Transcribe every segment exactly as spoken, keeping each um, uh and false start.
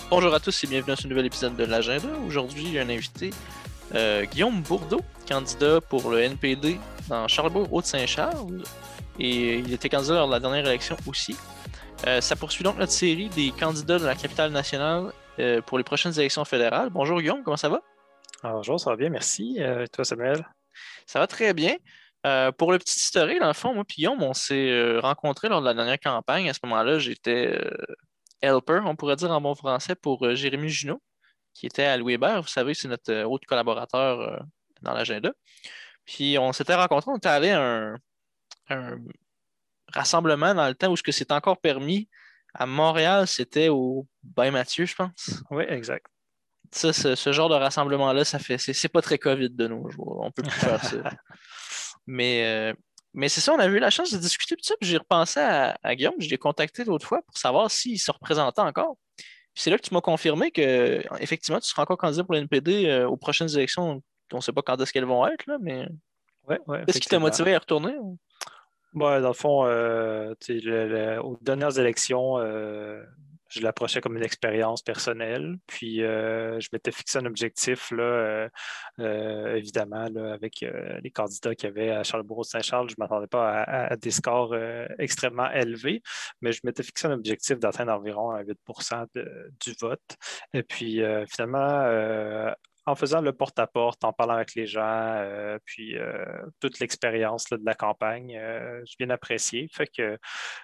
Bonjour à tous et bienvenue à ce nouvel épisode de l'Agenda. Aujourd'hui, il y a un invité, euh, Guillaume Bourdeau, candidat pour le N P D dans Charlebourg-Haute-Saint-Charles. Et il était candidat lors de la dernière élection aussi. Euh, ça poursuit donc notre série des candidats de la capitale nationale euh, pour les prochaines élections fédérales. Bonjour Guillaume, comment ça va? Alors, bonjour, ça va bien, merci. Euh, toi, Samuel? Ça va très bien. Euh, pour le petit historique, dans le fond, moi et Guillaume, on s'est euh, rencontrés lors de la dernière campagne. À ce moment-là, j'étais euh, helper, on pourrait dire en bon français, pour euh, Jérémy Junot, qui était à Louis Hébert. Vous savez, c'est notre euh, autre collaborateur euh, dans l'agenda. Puis on s'était rencontrés, on était allé à un, un rassemblement dans le temps où ce que c'était encore permis. À Montréal, c'était au Bain Mathieu, je pense. Oui, exact. Ça, ce, ce genre de rassemblement-là, ça fait. C'est c'est pas très COVID de nos jours. On peut plus faire ça. Mais, euh, mais c'est ça, on avait eu la chance de discuter de ça, puis j'ai repensé à, à Guillaume, je l'ai contacté l'autre fois pour savoir s'il se représentait encore. Puis c'est là que tu m'as confirmé que effectivement, tu seras encore candidat pour l'N P D euh, aux prochaines élections. On ne sait pas quand est-ce qu'elles vont être, là, mais Oui, oui, qu'est-ce qui t'a effectivement. motivé à y retourner? Bon, dans le fond, euh, tu sais, le- le- aux dernières élections, euh, je l'approchais comme une expérience personnelle. Puis, euh, je m'étais fixé un objectif, là, euh, euh, évidemment, là, avec euh, les candidats qu'il y avait à Charlebourg-Saint-Charles. Je ne m'attendais pas à, à- à des scores euh, extrêmement élevés, mais je m'étais fixé un objectif d'atteindre environ un huit pour cent de- du vote. Et puis, euh, finalement, euh, en faisant le porte-à-porte, en parlant avec les gens, euh, puis euh, toute l'expérience là, de la campagne, euh, j'ai bien apprécié. Fait que,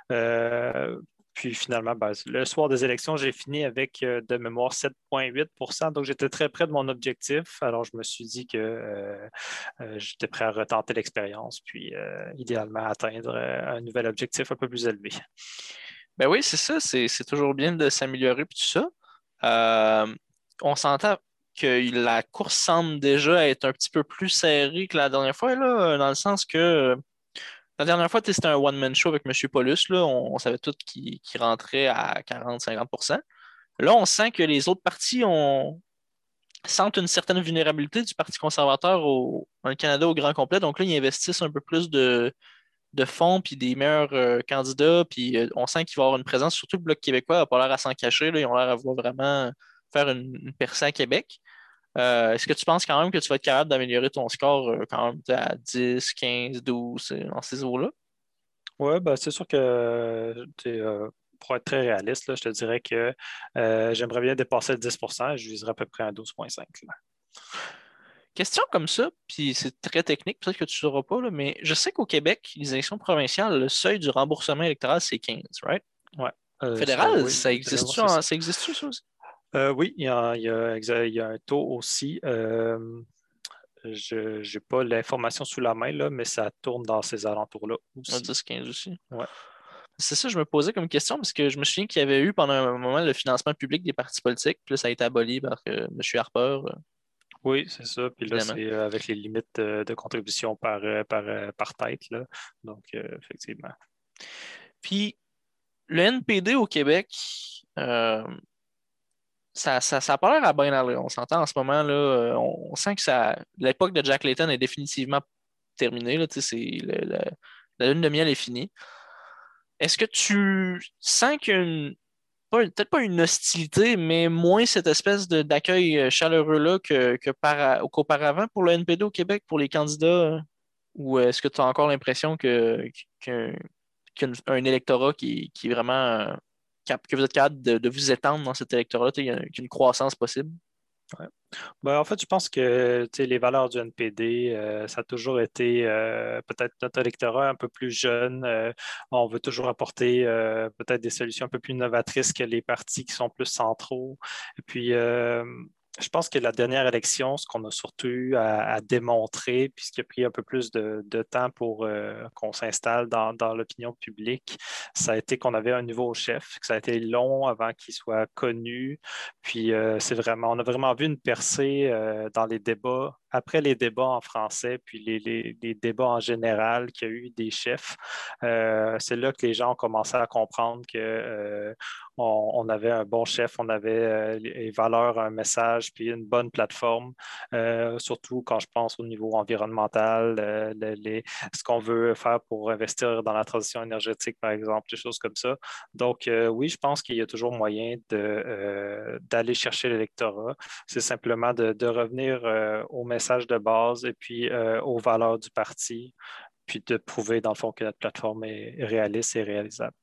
euh, puis finalement, ben, le soir des élections, j'ai fini avec euh, de mémoire sept virgule huit pour cent. Donc j'étais très près de mon objectif. Alors je me suis dit que euh, euh, j'étais prêt à retenter l'expérience, puis euh, idéalement atteindre euh, un nouvel objectif un peu plus élevé. Ben oui, c'est ça, c'est c'est toujours bien de s'améliorer puis tout ça. Euh, on s'entend que la course semble déjà être un petit peu plus serrée que la dernière fois, là, dans le sens que euh, la dernière fois, tu sais, c'était un one-man show avec M. Paulus, là, on, on savait tous qu'il qu'il rentrait à quarante à cinquante pour cent. Là, on sent que les autres partis ont, sentent une certaine vulnérabilité du Parti conservateur au, dans le Canada au grand complet. Donc là, ils investissent un peu plus de, de fonds puis des meilleurs euh, candidats. Puis euh, on sent qu'il va y avoir une présence, surtout le Bloc québécois n'a pas l'air à s'en cacher. Là, ils ont l'air à vouloir vraiment faire une, une percée à Québec. Euh, est-ce que tu penses quand même que tu vas être capable d'améliorer ton score euh, quand même à dix, quinze, douze, euh, dans ces eaux-là? Oui, ben, c'est sûr que tu sais, euh, pour être très réaliste, là, je te dirais que euh, j'aimerais bien dépasser le dix pour cent. Je viserais à peu près un douze virgule cinq. Question comme ça, puis c'est très technique, peut-être que tu ne sauras pas, là, mais je sais qu'au Québec, les élections provinciales, le seuil du remboursement électoral, c'est quinze, right? Ouais. Euh, ça, Fédéral, oui, ça de mémoire, existe-tu, c'est en- ça. ça existe-tu, ça aussi? Euh, oui, il y a, il y a exa- il y a un taux aussi. Euh, je n'ai pas l'information sous la main, là, mais ça tourne dans ces alentours-là On aussi. dix, quinze aussi. Ouais. C'est ça, je me posais comme question, parce que je me souviens qu'il y avait eu pendant un moment le financement public des partis politiques, puis là, ça a été aboli par euh, M. Harper, euh, Oui, c'est ça. Puis là, évidemment. c'est euh, avec les limites euh, de contribution par, euh, par, euh, par tête, là. Donc, euh, effectivement. Puis, le N P D au Québec, euh, ça, ça, ça a pas l'air à bien aller. On s'entend en ce moment, là, euh, on, on sent que ça, l'époque de Jack Layton est définitivement terminée, là, tu sais, c'est le- le- la lune de miel est finie. Est-ce que tu sens qu'il y a une, pas- peut-être pas une hostilité, mais moins cette espèce de- d'accueil euh, chaleureux-là que, que para- qu'auparavant pour le N P D au Québec, pour les candidats? euh, Ou est-ce que tu as encore l'impression que, qu'un, qu'un un électorat qui, qui est vraiment euh, cap- que vous êtes capable de, de vous étendre dans cet électorat, tu sais, qu'il y a qu'il y a une croissance possible? Ouais. Ben, en fait, je pense que tu sais, les valeurs du N P D, euh, ça a toujours été euh, peut-être notre électorat un peu plus jeune. Euh, on veut toujours apporter euh, peut-être des solutions un peu plus novatrices que les partis qui sont plus centraux. Et puis, euh, je pense que la dernière élection, ce qu'on a surtout eu à, à démontrer, puis ce qui a pris un peu plus de, de temps pour euh, qu'on s'installe dans, dans l'opinion publique, ça a été qu'on avait un nouveau chef, que ça a été long avant qu'il soit connu. Puis euh, c'est vraiment, on a vraiment vu une percée euh, dans les débats après les débats en français, puis les, les- les débats en général qu'il y a eu des chefs, euh, c'est là que les gens ont commencé à comprendre que euh, on, on avait un bon chef, on avait euh, les valeurs, un message, puis une bonne plateforme, euh, surtout quand je pense au niveau environnemental, euh, le- les- ce qu'on veut faire pour investir dans la transition énergétique, par exemple, des choses comme ça. Donc, euh, oui, je pense qu'il y a toujours moyen de, euh, d'aller chercher l'électorat. C'est simplement de, de revenir euh, au message de base et puis euh, aux valeurs du parti, puis de prouver, dans le fond, que notre plateforme est réaliste et réalisable.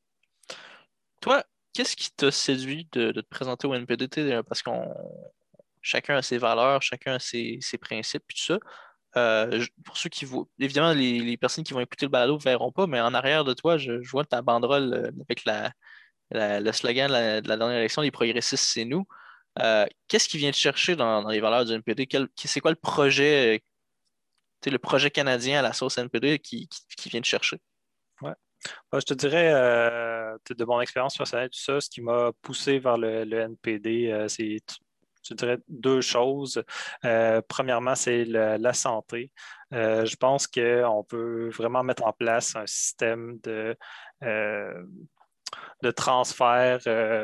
Toi, qu'est-ce qui t'a séduit de, de te présenter au N P D T? Parce qu'on chacun a ses valeurs, chacun a ses, ses principes, puis tout ça. Euh, je- pour ceux qui vont, évidemment, les, les personnes qui vont écouter le balado ne verront pas, mais en arrière de toi, je, je vois ta banderole euh, avec la, la- le slogan de la, de la dernière élection, les progressistes, c'est nous. Euh, qu'est-ce qui vient te chercher dans, dans les valeurs du N P D? Quel- c'est quoi le projet, euh, tu sais, le projet canadien à la sauce N P D qui, qui, qui vient te chercher? Ouais. Euh, Je te dirais, euh, de mon expérience personnelle, tout ça, ce qui m'a poussé vers le, le N P D, euh, c'est, je dirais, deux choses. Euh, premièrement, c'est le- la santé. Euh, je pense qu'on peut vraiment mettre en place un système de, euh, de transfert euh,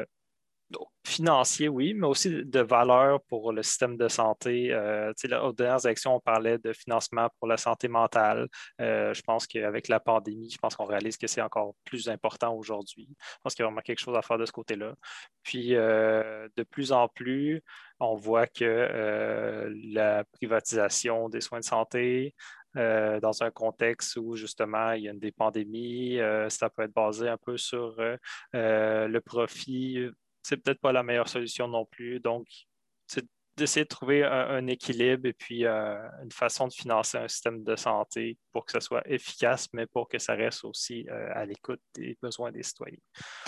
financier, oui, mais aussi de valeur pour le système de santé. Euh, tu sais, là, aux dernières élections, on parlait de financement pour la santé mentale. Euh, je pense qu'avec la pandémie, je pense qu'on réalise que c'est encore plus important aujourd'hui. Je pense qu'il y a vraiment quelque chose à faire de ce côté-là. Puis, euh, de plus en plus, on voit que euh, la privatisation des soins de santé, euh, dans un contexte où justement il y a une des pandémies, euh, ça peut être basé un peu sur euh, euh, le profit, c'est peut-être pas la meilleure solution non plus. Donc, c'est d'essayer de trouver un, un équilibre et puis euh, une façon de financer un système de santé pour que ça soit efficace, mais pour que ça reste aussi euh, à l'écoute des besoins des citoyens.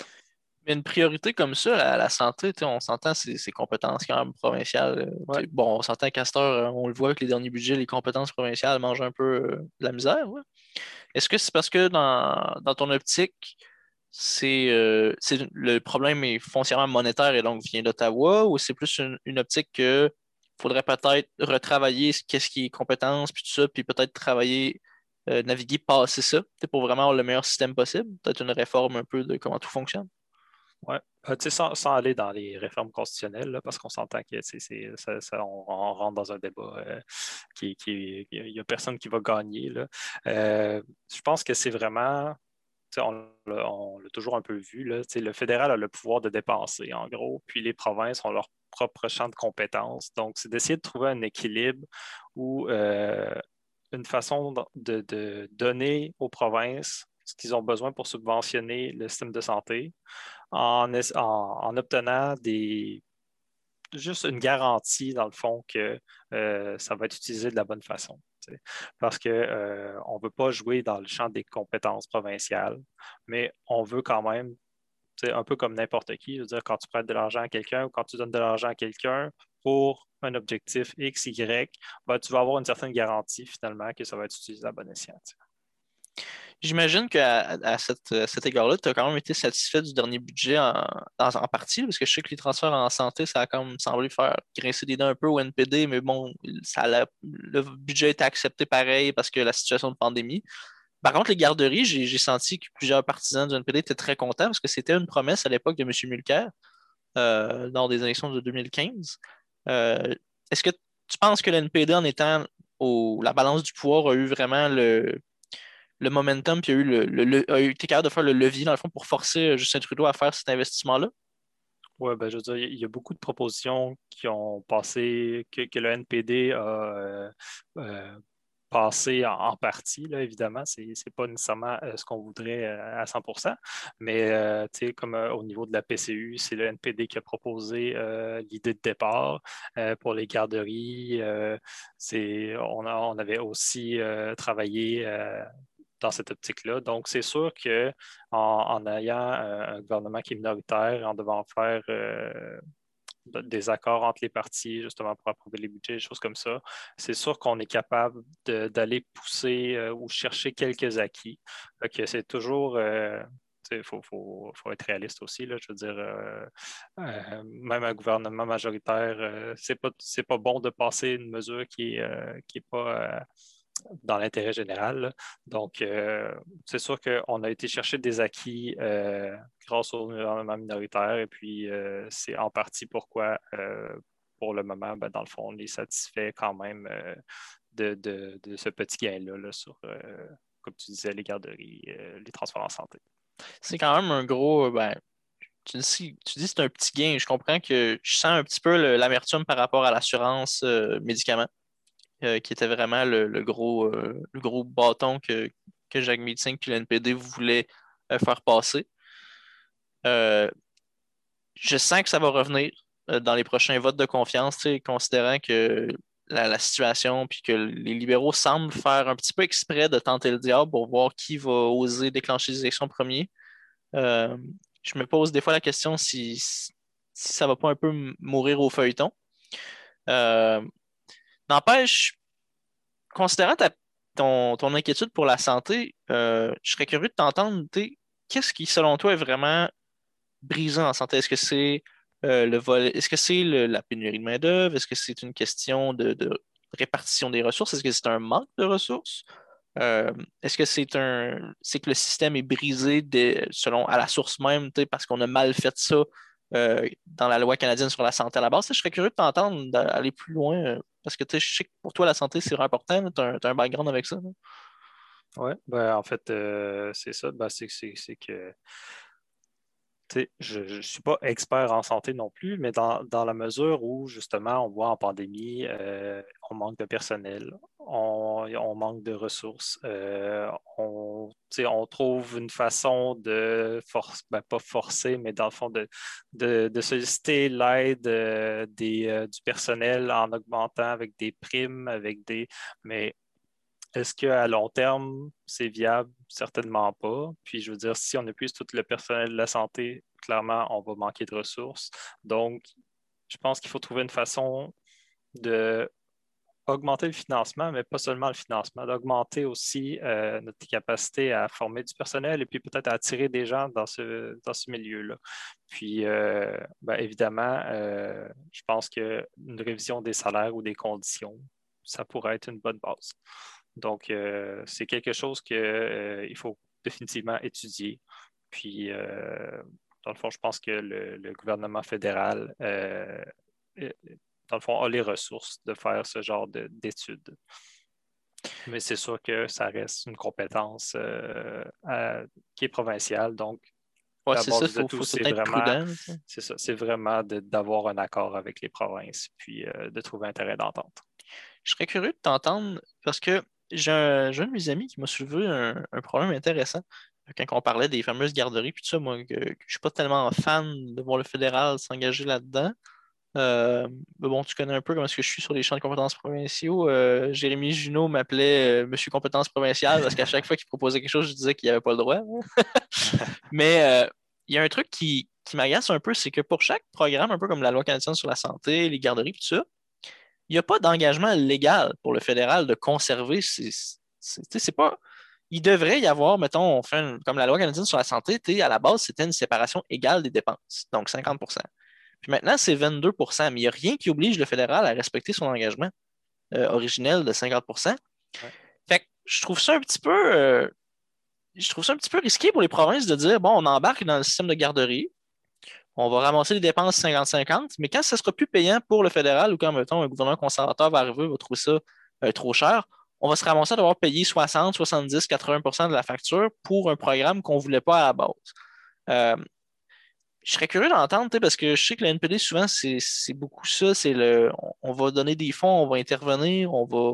Mais une priorité comme ça, la, la santé, tu sais, on s'entend, c'est c'est compétences quand même provinciales. euh, Ouais. tu sais, Bon, on s'entend qu'à cette heure, euh, on le voit avec les derniers budgets, les compétences provinciales mangent un peu euh, de la misère. Ouais. Est-ce que c'est parce que dans, dans ton optique, c'est euh, c'est le problème est foncièrement monétaire et donc vient d'Ottawa, ou c'est plus une, une optique que faudrait peut-être retravailler ce- qu'est-ce qui est compétences, puis tout ça, puis peut-être travailler, euh, naviguer, passer ça, tu sais, pour vraiment avoir le meilleur système possible? Peut-être une réforme un peu de comment tout fonctionne. Ouais. Euh, tu sais, sans, sans aller dans les réformes constitutionnelles, là, parce qu'on s'entend que c'est, c'est- ça, ça- on, on rentre dans un débat euh, qui, qui il n'y a personne qui va gagner, là. Euh, je pense que c'est vraiment, tu sais, on, l'a on l'a toujours un peu vu, là, tu sais, le fédéral a le pouvoir de dépenser, en gros, puis les provinces ont leur propre champ de compétences. Donc, c'est d'essayer de trouver un équilibre où euh, une façon de, de donner aux provinces ce qu'ils ont besoin pour subventionner le système de santé en, es- en- en obtenant des, juste une garantie, dans le fond, que euh, ça va être utilisé de la bonne façon. Tu sais. Parce qu'on euh, ne veut pas jouer dans le champ des compétences provinciales, mais on veut quand même, tu sais, un peu comme n'importe qui, je veux dire, quand tu prêtes de l'argent à quelqu'un ou quand tu donnes de l'argent à quelqu'un pour un objectif X, Y, ben, tu vas avoir une certaine garantie finalement que ça va être utilisé à bon escient. Tu sais. J'imagine qu'à à cette, à cet égard-là, tu as quand même été satisfait du dernier budget en, en, en partie, parce que je sais que les transferts en santé, ça a quand même semblé faire grincer des dents un peu au N P D, mais bon, ça l'a- le budget a été accepté pareil parce que la situation de pandémie. Par contre, les garderies, j'ai j'ai senti que plusieurs partisans du N P D étaient très contents parce que c'était une promesse à l'époque de M. Mulcair, euh, lors des élections de deux mille quinze. Euh, Est-ce que tu penses que le N P D, en étant au, la balance du pouvoir, a eu vraiment le le momentum, puis a eu le, le- le- a eu été capable de faire le levier, dans le fond, pour forcer euh, Justin Trudeau à faire cet investissement-là? Oui, ben, je veux dire, il y a beaucoup de propositions qui ont passé, que, que le N P D a euh, euh, passé en, en partie, là, évidemment. Ce n'est pas nécessairement euh, ce qu'on voudrait euh, à cent pour cent, mais euh, tu sais, comme euh, au niveau de la P C U, c'est le N P D qui a proposé euh, l'idée de départ euh, pour les garderies. Euh, c'est, on, a- on avait aussi euh, travaillé euh, dans cette optique-là. Donc, c'est sûr que en, en ayant euh, un gouvernement qui est minoritaire, en devant faire euh, des accords entre les partis, justement, pour approuver les budgets, des choses comme ça, c'est sûr qu'on est capable de- d'aller pousser euh, ou chercher quelques acquis. Fait que c'est toujours, euh, il faut, faut, faut être réaliste aussi. Là, je veux dire, euh, euh, même un gouvernement majoritaire, euh, c'est pas, c'est pas bon de passer une mesure qui n'est euh, qui est pas euh, dans l'intérêt général. Là. Donc, euh, c'est sûr qu'on a été chercher des acquis euh, grâce au gouvernement minoritaire et puis euh, c'est en partie pourquoi, euh, pour le moment, ben, dans le fond, on est satisfait quand même euh, de, de, de, ce petit gain-là là, sur, euh, comme tu disais, les garderies, euh, les transports en santé. C'est quand même un gros. Ben, tu dis, tu dis que c'est un petit gain. Je comprends que je sens un petit peu le- l'amertume par rapport à l'assurance euh, médicaments, euh, qui était vraiment le, le gros, euh, le gros bâton que, que Jacques Meeting et le N P D voulaient euh, faire passer. Euh, je sens que ça va revenir euh, dans les prochains votes de confiance, tu sais, considérant que la, la situation, puis que les libéraux semblent faire un petit peu exprès de tenter le diable pour voir qui va oser déclencher les élections premiers. Euh, je me pose des fois la question si, si ça va pas un peu m- mourir au feuilleton. Euh, N'empêche, considérant ta- ton, ton inquiétude pour la santé, euh, je serais curieux de t'entendre. T'sais, qu'est-ce qui, selon toi, est vraiment brisant en santé? Est-ce que c'est euh, le volet, est-ce que c'est le- la pénurie de main-d'œuvre? Est-ce que c'est une question de, de répartition des ressources? Est-ce que c'est un manque de ressources? Euh, Est-ce que c'est un, c'est que le système est brisé dès- selon à la source même, tu sais, parce qu'on a mal fait ça euh, dans la loi canadienne sur la santé à la base? Je serais curieux de t'entendre d'aller plus loin euh, parce que tu sais, je sais que pour toi la santé c'est vraiment important. Tu as un, t'as un background avec ça. Là. Oui, ben, en fait, euh, c'est ça. Ben, c'est, c'est, c'est que tu sais, je ne suis pas expert en santé non plus, mais dans, dans la mesure où, justement, on voit en pandémie, euh, on manque de personnel, on, on manque de ressources, euh, on, tu sais, on trouve une façon de force, ben, pas forcer, mais dans le fond, de, de, de solliciter l'aide euh, des, euh, du personnel en augmentant avec des primes, avec des. Mais est-ce qu'à long terme, c'est viable? Certainement pas. Puis, je veux dire, si on épuise tout le personnel de la santé, clairement, on va manquer de ressources. Donc, je pense qu'il faut trouver une façon de augmenter le financement, mais pas seulement le financement, d'augmenter aussi euh, notre capacité à former du personnel et puis peut-être à attirer des gens dans ce, dans ce milieu-là. Puis, euh, ben, évidemment, euh, je pense qu'une révision des salaires ou des conditions, ça pourrait être une bonne base. Donc, euh, c'est quelque chose qu'il euh, faut définitivement étudier. Puis, euh, dans le fond, je pense que le, le gouvernement fédéral, euh, euh, dans le fond, a les ressources de faire ce genre de- d'études. Mais c'est sûr que ça reste une compétence euh, à- qui est provinciale. Donc, Ouais, la c'est ça, il base de faut, tout, faut tout c'est être vraiment, prudent. Tu sais. c'est ça, c'est vraiment de- d'avoir un accord avec les provinces, puis euh, de trouver un terrain d'entente. Je serais curieux de t'entendre parce que j'ai un, j'ai un de mes amis qui m'a soulevé un, un problème intéressant quand on parlait des fameuses garderies, puis tout ça, moi, que, que je suis pas tellement fan de voir le fédéral s'engager là-dedans. Euh, mais bon, tu connais un peu comment est-ce que je suis sur les champs de compétences provinciaux. Euh, Jérémy Junot m'appelait euh, Monsieur Compétences provinciales parce qu'à chaque fois qu'il proposait quelque chose, je disais qu'il n'y avait pas le droit. Mais euh, il y a un truc qui, qui m'agace un peu, c'est que pour chaque programme, un peu comme la loi canadienne sur la santé, les garderies, tout ça, il n'y a pas d'engagement légal pour le fédéral de conserver ces. C'est tu sais, c'est pas. Il devrait y avoir, mettons, on fait une- comme la loi canadienne sur la santé, tu sais, à la base, c'était une séparation égale des dépenses, donc cinquante pour cent. Puis maintenant, c'est vingt-deux pour cent, mais il n'y a rien qui oblige le fédéral à respecter son engagement euh, originel de cinquante pour cent. Ouais. Fait que je trouve ça un petit peu, euh, je trouve ça un petit peu risqué pour les provinces de dire, bon, on embarque dans le système de garderie, on va ramasser les dépenses cinquante cinquante, mais quand ça sera plus payant pour le fédéral ou quand, mettons, un gouvernement conservateur va arriver, va trouver ça euh, trop cher, on va se ramasser à devoir payer soixante, soixante-dix, quatre-vingts pour cent de la facture pour un programme qu'on ne voulait pas à la base. Euh, je serais curieux d'entendre, tu sais, parce que je sais que le N P D, souvent, c'est c'est beaucoup ça. C'est le, on, on va donner des fonds, on va intervenir, on va.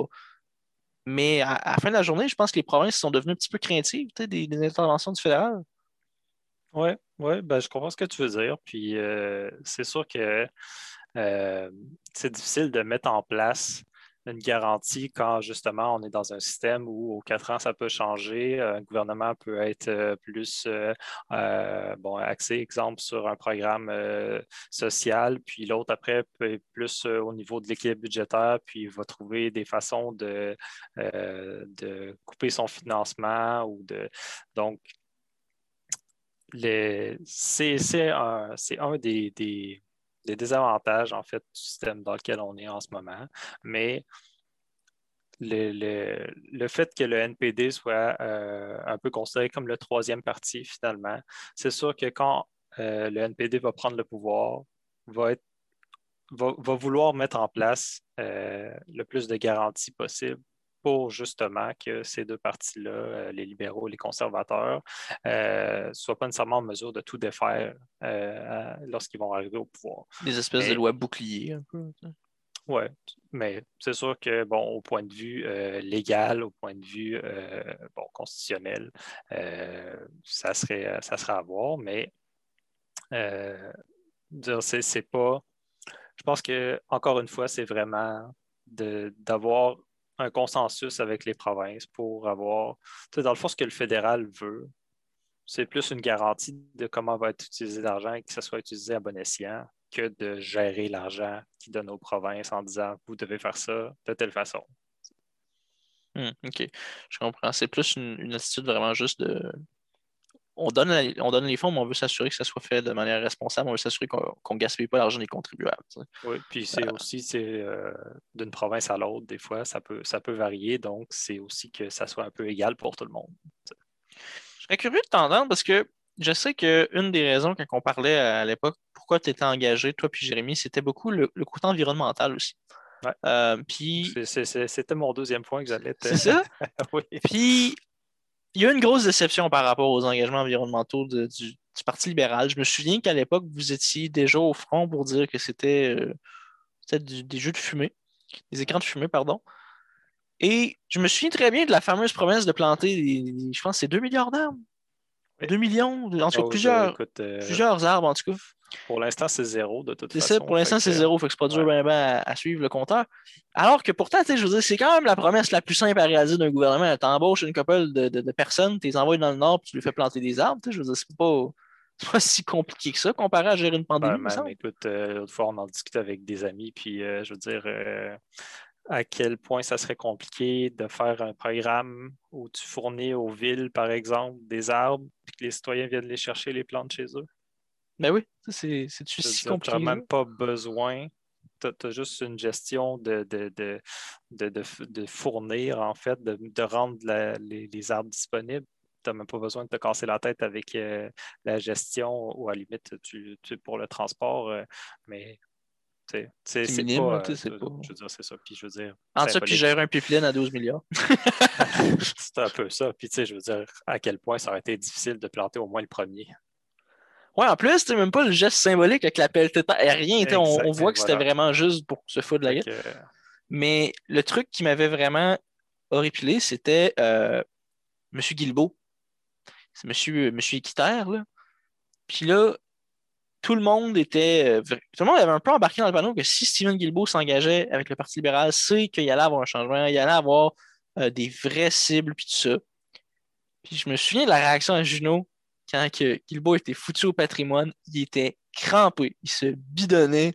Mais à, à la fin de la journée, je pense que les provinces sont devenues un petit peu craintives, tu sais, des, des interventions du fédéral. Oui, ouais, ben, je comprends ce que tu veux dire. Puis euh, c'est sûr que euh, c'est difficile de mettre en place une garantie quand justement on est dans un système où aux quatre ans ça peut changer. Un gouvernement peut être euh, plus euh, euh, bon, axé, exemple, sur un programme euh, social, puis l'autre après peut être plus euh, au niveau de l'équilibre budgétaire, puis il va trouver des façons de, euh, de couper son financement ou de donc les, c'est, c'est un, c'est un des, des, des désavantages, en fait, du système dans lequel on est en ce moment. Mais le, le, le fait que le N P D soit euh, un peu considéré comme le troisième parti, finalement, c'est sûr que quand euh, le N P D va prendre le pouvoir, va être, va, va vouloir mettre en place euh, le plus de garanties possible pour justement que ces deux partis-là, euh, les libéraux et les conservateurs, ne soient pas nécessairement en mesure de tout défaire euh, lorsqu'ils vont arriver au pouvoir. Des espèces de Mais lois boucliers, un peu. oui, mais c'est sûr que, bon, au point de vue euh, légal, au point de vue euh, bon, constitutionnel, euh, ça serait, ça serait à voir, mais euh, dire, c'est, c'est pas. Je pense que, encore une fois, c'est vraiment de, d'avoir un consensus avec les provinces pour avoir. Tu sais, dans le fond, ce que le fédéral veut, c'est plus une garantie de comment va être utilisé l'argent et que ça soit utilisé à bon escient que de gérer l'argent qu'ils donnent aux provinces en disant vous devez faire ça de telle façon. Hmm, OK. Je comprends. C'est plus une, une attitude vraiment juste de. On donne, la- on donne les fonds, mais on veut s'assurer que ça soit fait de manière responsable. On veut s'assurer qu'on ne gaspille pas l'argent des contribuables. Tu sais. Oui, puis c'est aussi c'est, euh, d'une province à l'autre, des fois, ça peut, ça peut varier, donc c'est aussi que ça soit un peu égal pour tout le monde. Je serais curieux de t'entendre parce que je sais qu'une des raisons, quand on parlait à l'époque, pourquoi tu étais engagé, toi puis Jérémy, c'était beaucoup le, le côté environnemental aussi. Ouais. Euh, puis, C'est- c'est- c'est- C'était mon deuxième point que j'allais te. c'est ça. Oui. Puis, il y a une grosse déception par rapport aux engagements environnementaux de- du, du Parti libéral. Je me souviens qu'à l'époque, vous étiez déjà au front pour dire que c'était euh, c'était du- des jeux de fumée, des écrans de fumée, pardon. Et je me souviens très bien de la fameuse promesse de planter, des- des- je pense que c'est deux milliards d'arbres, Oui. deux millions, en tout cas Oh, je- plusieurs, écoute, euh, plusieurs arbres en tout cas. pour l'instant, c'est zéro de toute C'est ça, façon. pour Fait l'instant, c'est que, zéro, fait que c'est pas dur ouais. ben, ben, à, à suivre le compteur. Alors que pourtant, tu sais, je veux dire, c'est quand même la promesse la plus simple à réaliser d'un gouvernement. T'embauches une couple de, de, de personnes, tu les envoies dans le nord, puis tu lui fais planter des arbres, tu sais, je veux dire, c'est pas, c'est pas si compliqué que ça comparé à gérer une Ben, pandémie, il me même, semble. écoute, euh, l'autre fois, on en discutait avec des amis, puis euh, je veux dire, euh, à quel point ça serait compliqué de faire un programme où tu fournis aux villes, par exemple, des arbres, puis que les citoyens viennent les chercher, les plantes chez eux. Ben oui, ça, c'est c'est Je veux si dire, tu n'as compliqué que ça. même pas besoin, tu as juste une gestion de, de, de, de, de, de fournir, en fait, de, de rendre la- les, les arbres disponibles. Tu n'as même pas besoin de te casser la tête avec euh, la gestion ou à la limite tu, tu- pour le transport, euh, mais tu sais, c'est C'est c'est minime, là, pas, tu euh, sais, c'est pas. je veux dire, c'est ça. Puis je veux dire, Entre ça, puis gérer symboliquement, un pipeline à douze milliards. c'est un peu ça. Puis tu sais, je veux dire, à quel point ça aurait été difficile de planter au moins le premier. Ouais, en plus, c'est même pas le geste symbolique avec la pelletée de terre. Et rien, tu sais, on, on Exact, voit que c'était voilà. vraiment juste pour se foutre de la Fait gueule. que, euh, Mais le truc qui m'avait vraiment horripilé, c'était euh, M. Guilbeault. C'est Monsieur, Monsieur Équiterre, là. Puis là, tout le monde était. euh, vra- tout le monde avait un peu embarqué dans le panneau que si Stephen Guilbeault s'engageait avec le Parti libéral, c'est qu'il allait avoir un changement, il allait avoir euh, des vraies cibles, puis tout ça. Puis je me souviens de la réaction à Juno quand que Guilbeault était foutu au patrimoine. Il était crampé, il se bidonnait.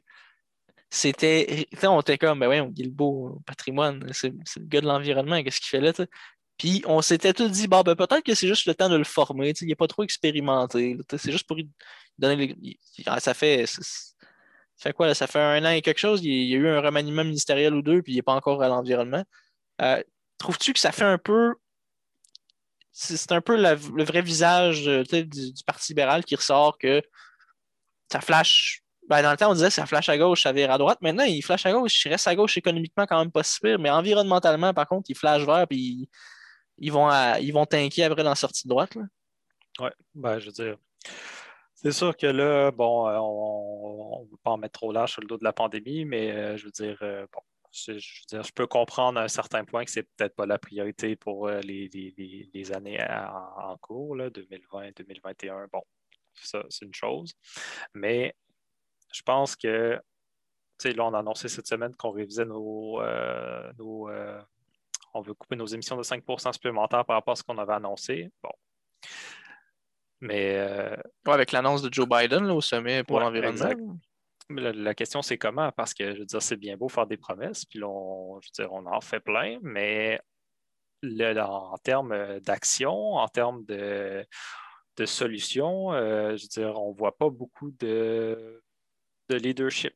C'était. Tu sais, on était comme, ben ouais, on Guilbeault au patrimoine, c'est c'est le gars de l'environnement, qu'est-ce qu'il fait là, tu sais? Puis on s'était tous dit, bon, ben peut-être que c'est juste le temps de le former, tu sais, il n'est pas trop expérimenté, là, tu sais, c'est juste pour lui donner les. il- il- Ça fait. Ça fait quoi, là? Ça fait un an et quelque chose, il y a il y a eu un remaniement ministériel ou deux, puis il n'est pas encore à l'environnement. Euh, trouves-tu que ça fait un peu c'est c'est un peu la- le vrai visage euh, tu sais, du, du Parti libéral qui ressort que ça flash. Ben, dans le temps, on disait ça flash à gauche, ça vire à droite. Maintenant, il flash à gauche, il reste à gauche économiquement quand même pas si pire, mais environnementalement, par contre, il flash vert, puis ils vont, à- ils vont tanker après dans la sortie de droite, là. ouais, ben, je veux dire, c'est sûr que là, bon, euh, on ne veut pas en mettre trop large sur le dos de la pandémie, mais euh, je veux dire, euh, bon, je, je veux dire, je peux comprendre à un certain point que c'est peut-être pas la priorité pour euh, les, les- les- les années à- en, en cours, là, deux mille vingt, deux mille vingt et un. Bon, ça, c'est une chose. Mais je pense que, tu sais, là, on a annoncé cette semaine qu'on révisait nos, euh, nos, euh, on veut couper nos émissions de cinq pour cent supplémentaires par rapport à ce qu'on avait annoncé. Bon, mais euh, Ouais, avec l'annonce de Joe Biden là, au sommet pour ouais, l'environnement, exact. là. Mais La, la question, c'est comment? Parce que, je veux dire, c'est bien beau faire des promesses, puis là, on, je veux dire, on en fait plein, mais le- en termes d'action, en termes de, de solutions. Euh, je veux dire, on ne voit pas beaucoup de, de leadership.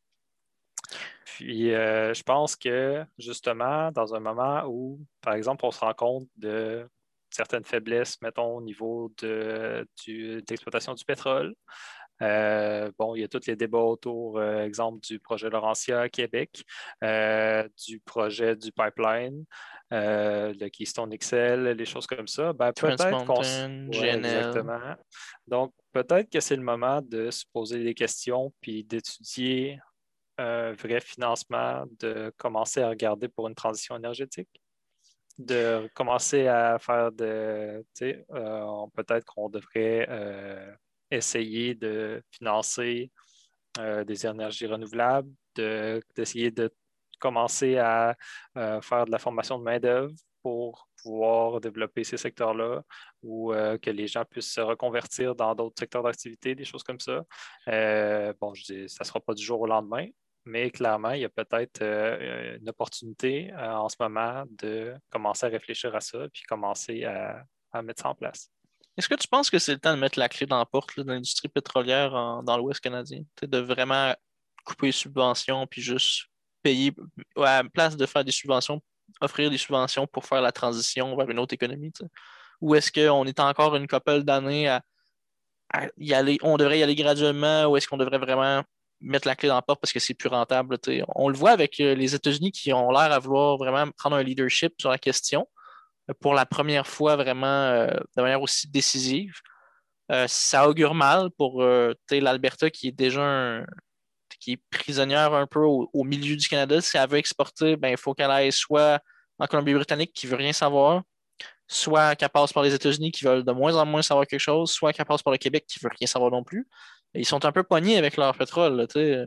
Puis, euh, je pense que, justement, dans un moment où, par exemple, on se rend compte de certaines faiblesses, mettons, au niveau de, du, d'exploitation du pétrole, euh, bon, il y a tous les débats autour, euh, exemple, du projet Laurentia à Québec, euh, du projet du pipeline, euh, le Keystone X L, les choses comme ça. Ben, Trans peut-être qu'on... s- Mountain, Ouais, G N L. exactement. Donc, peut-être que c'est le moment de se poser des questions puis d'étudier un vrai financement, de commencer à regarder pour une transition énergétique, de commencer à faire de, tu sais, euh, peut-être qu'on devrait euh, essayer de financer euh, des énergies renouvelables, de, d'essayer de commencer à euh, faire de la formation de main-d'œuvre pour pouvoir développer ces secteurs-là ou euh, que les gens puissent se reconvertir dans d'autres secteurs d'activité, des choses comme ça. Euh, bon, je dis, ça ne sera pas du jour au lendemain, mais clairement, il y a peut-être euh, une opportunité euh, en ce moment de commencer à réfléchir à ça puis commencer à, à mettre ça en place. Est-ce que tu penses que c'est le temps de mettre la clé dans la porte là, de l'industrie pétrolière en- dans l'Ouest canadien? T'sais, de vraiment couper les subventions puis juste payer, ouais, à la place de faire des subventions, offrir des subventions pour faire la transition vers une autre économie, t'sais? Ou est-ce qu'on est encore une couple d'années à, à y aller, on devrait y aller graduellement, ou est-ce qu'on devrait vraiment mettre la clé dans la porte parce que c'est plus rentable, t'sais? On le voit avec euh, les États-Unis qui ont l'air à vouloir vraiment prendre un leadership sur la question euh, pour la première fois vraiment euh, de manière aussi décisive. Euh, ça augure mal pour euh, l'Alberta qui est déjà un- qui est prisonnière un peu au, au milieu du Canada. Si elle veut exporter, ben, il faut qu'elle aille soit en Colombie-Britannique qui veut rien savoir, soit qu'elle passe par les États-Unis qui veulent de moins en moins savoir quelque chose, soit qu'elle passe par le Québec qui veut rien savoir non plus. Et ils sont un peu pognés avec leur pétrole, là, tu sais.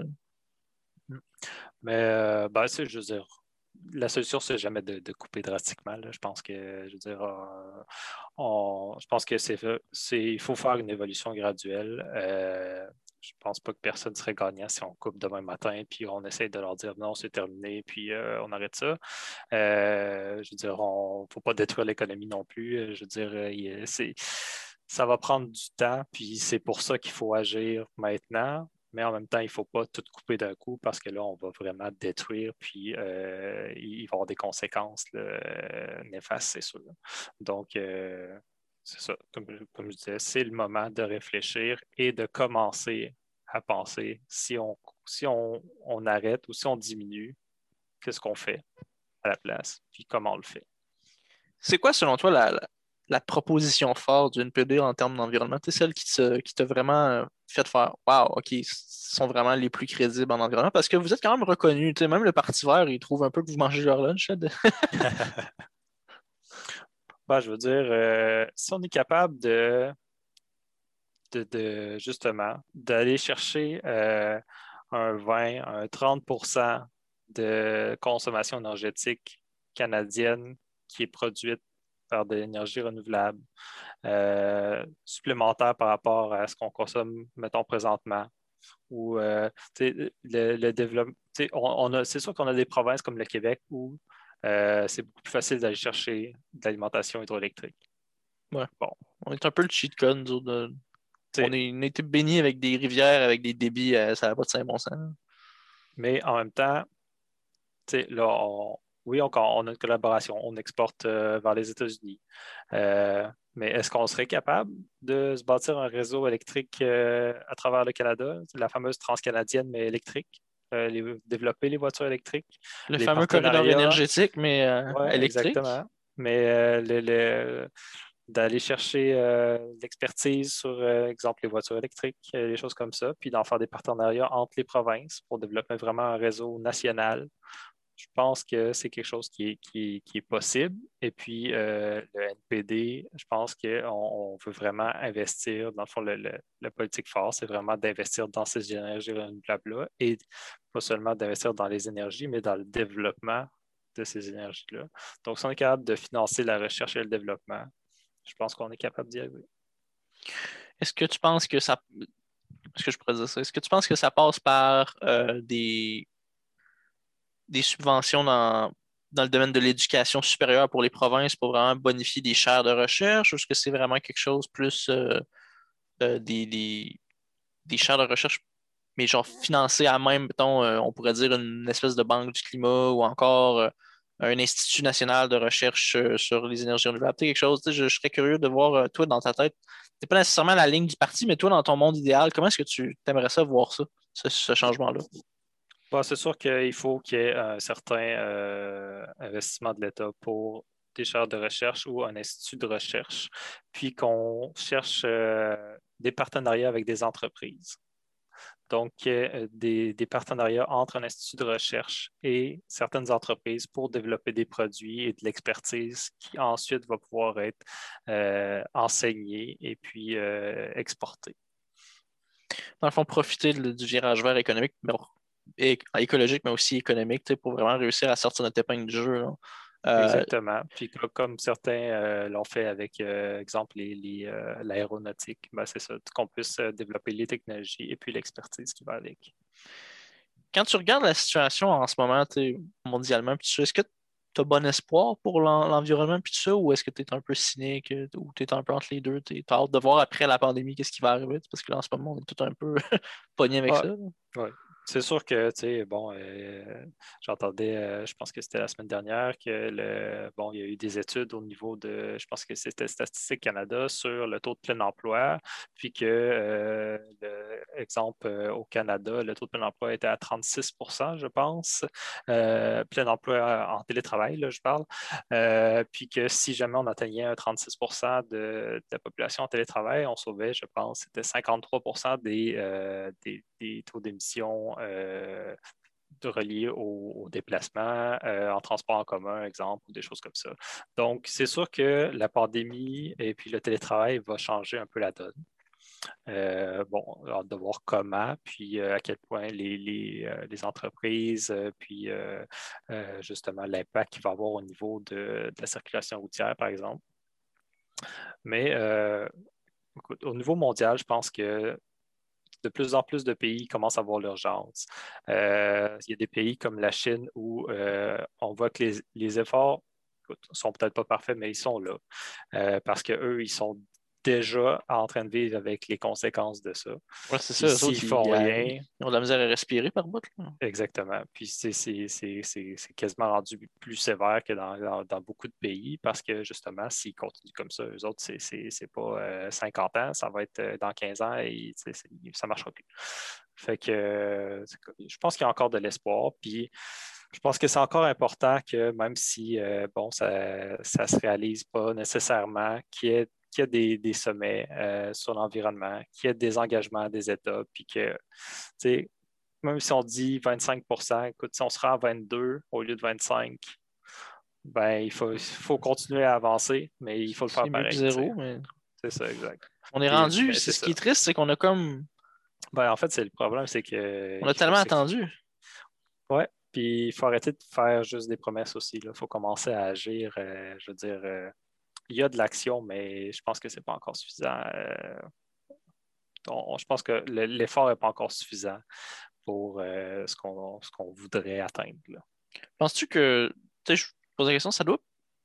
Mais euh, ben, c'est, je veux dire, la solution, c'est jamais de, de couper drastiquement, là. Je pense que, je veux dire, euh, on- je pense que c'est, c'est, il faut faire une évolution graduelle. Euh, je pense pas que personne serait gagnant si on coupe demain matin, puis on essaie de leur dire non, c'est terminé, puis euh, on arrête ça. Euh, je veux dire, on faut pas détruire l'économie non plus. Je veux dire, euh, il- c'est, ça va prendre du temps, puis c'est pour ça qu'il faut agir maintenant. Mais en même temps, il ne faut pas tout couper d'un coup parce que là, on va vraiment détruire, puis euh, il va y avoir des conséquences là, euh, néfastes, c'est sûr. Donc, euh, c'est ça, comme, comme je disais, c'est le moment de réfléchir et de commencer à penser si on, si on, on arrête ou si on diminue, qu'est-ce qu'on fait à la place, puis comment on le fait. C'est quoi, selon toi, la, la, la proposition forte du N P D en termes d'environnement? C'est celle qui te, qui t'a vraiment euh, fait faire Wow, OK, ils sont vraiment les plus crédibles en environnement parce que vous êtes quand même reconnus. Tu sais, même le Parti vert, il trouve un peu que vous mangez leur lunch. Là, de- Ben, je veux dire, euh, si on est capable de, de, de, justement d'aller chercher euh, un vingt, un trente pour cent de consommation énergétique canadienne qui est produite par de l'énergie renouvelable euh, supplémentaire par rapport à ce qu'on consomme, mettons, présentement. Ou euh, le, le développement. On, on a, c'est sûr qu'on a des provinces comme le Québec où euh, c'est beaucoup plus facile d'aller chercher de l'alimentation hydroélectrique. Ouais. Bon, On est un peu le cheat code, nous autres, de- On t'sais, est, on a été bénis avec des rivières, avec des débits, euh, ça n'a pas de saint bon sens. mais en même temps, t'sais, là, on- oui, on, on a une collaboration, on exporte euh, vers les États-Unis. Euh, mais est-ce qu'on serait capable de se bâtir un réseau électrique euh, à travers le Canada, la fameuse transcanadienne, mais électrique, euh, les- développer les voitures électriques, Le les fameux corridor partenariats? énergétique, mais euh, Oui, électrique. exactement. Mais euh, le- le- d'aller chercher euh, l'expertise sur, euh, exemple, les voitures électriques, euh, les choses comme ça, puis d'en faire des partenariats entre les provinces pour développer vraiment un réseau national. Je pense que c'est quelque chose qui est, qui est- qui est possible. Et puis, euh, le N P D, je pense qu'on on veut vraiment investir. Dans le fond, le, le- la politique forte, c'est vraiment d'investir dans ces énergies renouvelables-là et pas seulement d'investir dans les énergies, mais dans le développement de ces énergies-là. Donc, si on est capable de financer la recherche et le développement, je pense qu'on est capable d'y arriver. Est-ce que tu penses que ça. Est-ce que je pourrais dire ça? Est-ce que tu penses que ça passe par euh, des, des subventions dans. dans le domaine de l'éducation supérieure pour les provinces pour vraiment bonifier des chaires de recherche ou est-ce que c'est vraiment quelque chose plus euh, euh, des, des, des chaires de recherche, mais genre financées à même, mettons, euh, on pourrait dire une espèce de banque du climat ou encore euh, un institut national de recherche euh, sur les énergies renouvelables, tu sais, quelque chose, tu sais, je, je serais curieux de voir, euh, toi, dans ta tête, c'est pas nécessairement la ligne du parti, mais toi, dans ton monde idéal, comment est-ce que tu aimerais ça voir ça, ce, ce changement-là? Bon, c'est sûr qu'il faut qu'il y ait un certain euh, investissement de l'État pour des chaires de recherche ou un institut de recherche, puis qu'on cherche euh, des partenariats avec des entreprises. Donc, euh, des, des partenariats entre un institut de recherche et certaines entreprises pour développer des produits et de l'expertise qui ensuite va pouvoir être euh, enseignée et puis euh, exportée. Dans le fond, profiter de- du virage vert économique, mais, é- écologique, mais aussi économique, tu sais, pour vraiment réussir à sortir notre épingle du jeu, là. Euh, Exactement. Puis co- comme certains euh, l'ont fait avec, euh, exemple, les, les, euh, l'aéronautique, ben, c'est ça, qu'on puisse euh, développer les technologies et puis l'expertise qui va avec. quand tu regardes la situation en ce moment, tu sais, mondialement, puis tout ça, est-ce que tu as bon espoir pour l'en- l'environnement puis tout ça, ou est-ce que tu es un peu cynique, euh, ou tu es un peu entre les deux? Tu as hâte de voir après la pandémie qu'est-ce qui va arriver, parce que là, en ce moment, on est tout un peu pogné avec Ah, ça. oui. C'est sûr que, tu sais, bon, euh, j'entendais, euh, je pense que c'était la semaine dernière, que le, bon, il y a eu des études au niveau de, je pense que c'était Statistique Canada sur le taux de plein emploi, puis que, euh, le, exemple, euh, au Canada, le taux de plein emploi était à trente-six pour cent, je pense, euh, plein emploi en télétravail, là, je parle, Euh, puis que si jamais on atteignait un trente-six pour cent de, de la population en télétravail, on sauvait, je pense, c'était cinquante-trois pour cent des, euh, des, des taux d'émissions euh, reliés au, au déplacement euh, en transport en commun, exemple, ou des choses comme ça. Donc, c'est sûr que la pandémie et puis le télétravail va changer un peu la donne. Euh, bon, hâte de voir comment, puis euh, à quel point les, les, euh, les entreprises, euh, puis euh, euh, justement l'impact qu'il va avoir au niveau de, de la circulation routière, par exemple. Mais euh, écoute, au niveau mondial, je pense que de plus en plus de pays commencent à voir l'urgence. Euh, il y a des pays comme la Chine où euh, on voit que les, les efforts écoute, sont peut-être pas parfaits, mais ils sont là. Euh, parce qu'eux, ils sont déjà en train de vivre avec les conséquences de ça. Ouais, c'est Puis ça, eux s'ils autres, ils, font ils- rien, ils ont de la misère à respirer par bout, là. exactement. Puis c'est c'est- c'est- c'est- c'est quasiment rendu plus sévère que dans, dans- dans beaucoup de pays parce que justement, s'ils continuent comme ça, eux autres, c'est c'est- c'est pas euh, cinquante ans, ça va être euh, dans quinze ans et tu sais, c'est- ça ne marchera plus. Fait que euh, je pense qu'il y a encore de l'espoir. Puis je pense que c'est encore important que même si euh, bon, ça ne se réalise pas nécessairement, qu'il y ait, qu'il y ait des, des sommets euh, sur l'environnement, qu'il y ait des engagements des États, puis que, tu sais, même si on dit vingt-cinq pour cent, écoute, si on se rend à vingt-deux au lieu de vingt-cinq, ben, il faut, il faut continuer à avancer, mais il faut le C'est faire mieux que pareil, tu sais. zéro, mais C'est ça, exact. on est Puis, rendu, mais c'est c'est ce qui ça. est triste, c'est qu'on a comme, Ben, en fait, c'est le problème, c'est que on a il faut tellement s'ex- attendu. ouais, puis il faut arrêter de faire juste des promesses aussi. Il faut commencer à agir. Euh, je veux dire, euh, il y a de l'action, mais je pense que c'est pas encore suffisant. Euh, on- je pense que le- l'effort n'est pas encore suffisant pour euh, ce qu'on ce qu'on voudrait atteindre, là. Penses-tu que, tu sais, je pose la question, ça doit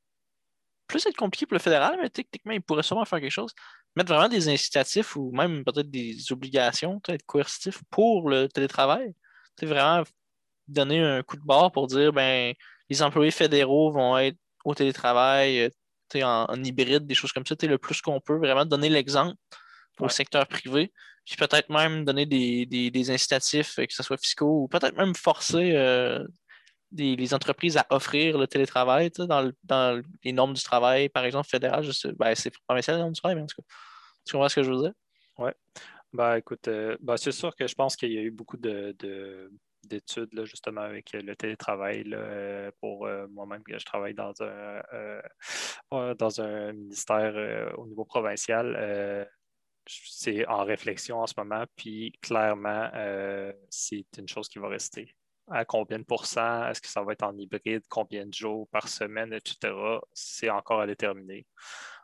plus être compliqué pour le fédéral, mais techniquement, il pourrait sûrement faire quelque chose. Mettre vraiment des incitatifs ou même peut-être des obligations, peut-être coercitifs pour le télétravail. C'est vraiment donner un coup de barre pour dire, ben, les employés fédéraux vont être au télétravail, euh, tu sais, en, en hybride, des choses comme ça, tu sais, le plus qu'on peut, vraiment donner l'exemple au Ouais. secteur privé, puis peut-être même donner des, des, des incitatifs, euh, que ce soit fiscaux, ou peut-être même forcer euh, des, les entreprises à offrir le télétravail, tu sais, dans, le- dans les normes du travail, par exemple, fédéral, je sais, ben, c'est provincial les normes du travail, mais en tout cas, tu comprends ce que je veux dire? Ouais. Ben, écoute, euh, ben, c'est sûr que je pense qu'il y a eu beaucoup de, de- d'études là, justement avec le télétravail là, euh, pour euh, moi-même que je travaille dans un euh, ouais, dans un ministère euh, au niveau provincial. Euh, c'est en réflexion en ce moment, puis clairement, euh, c'est une chose qui va rester. À combien de pourcents? Est-ce que ça va être en hybride? Combien de jours par semaine, et cetera. C'est encore à déterminer.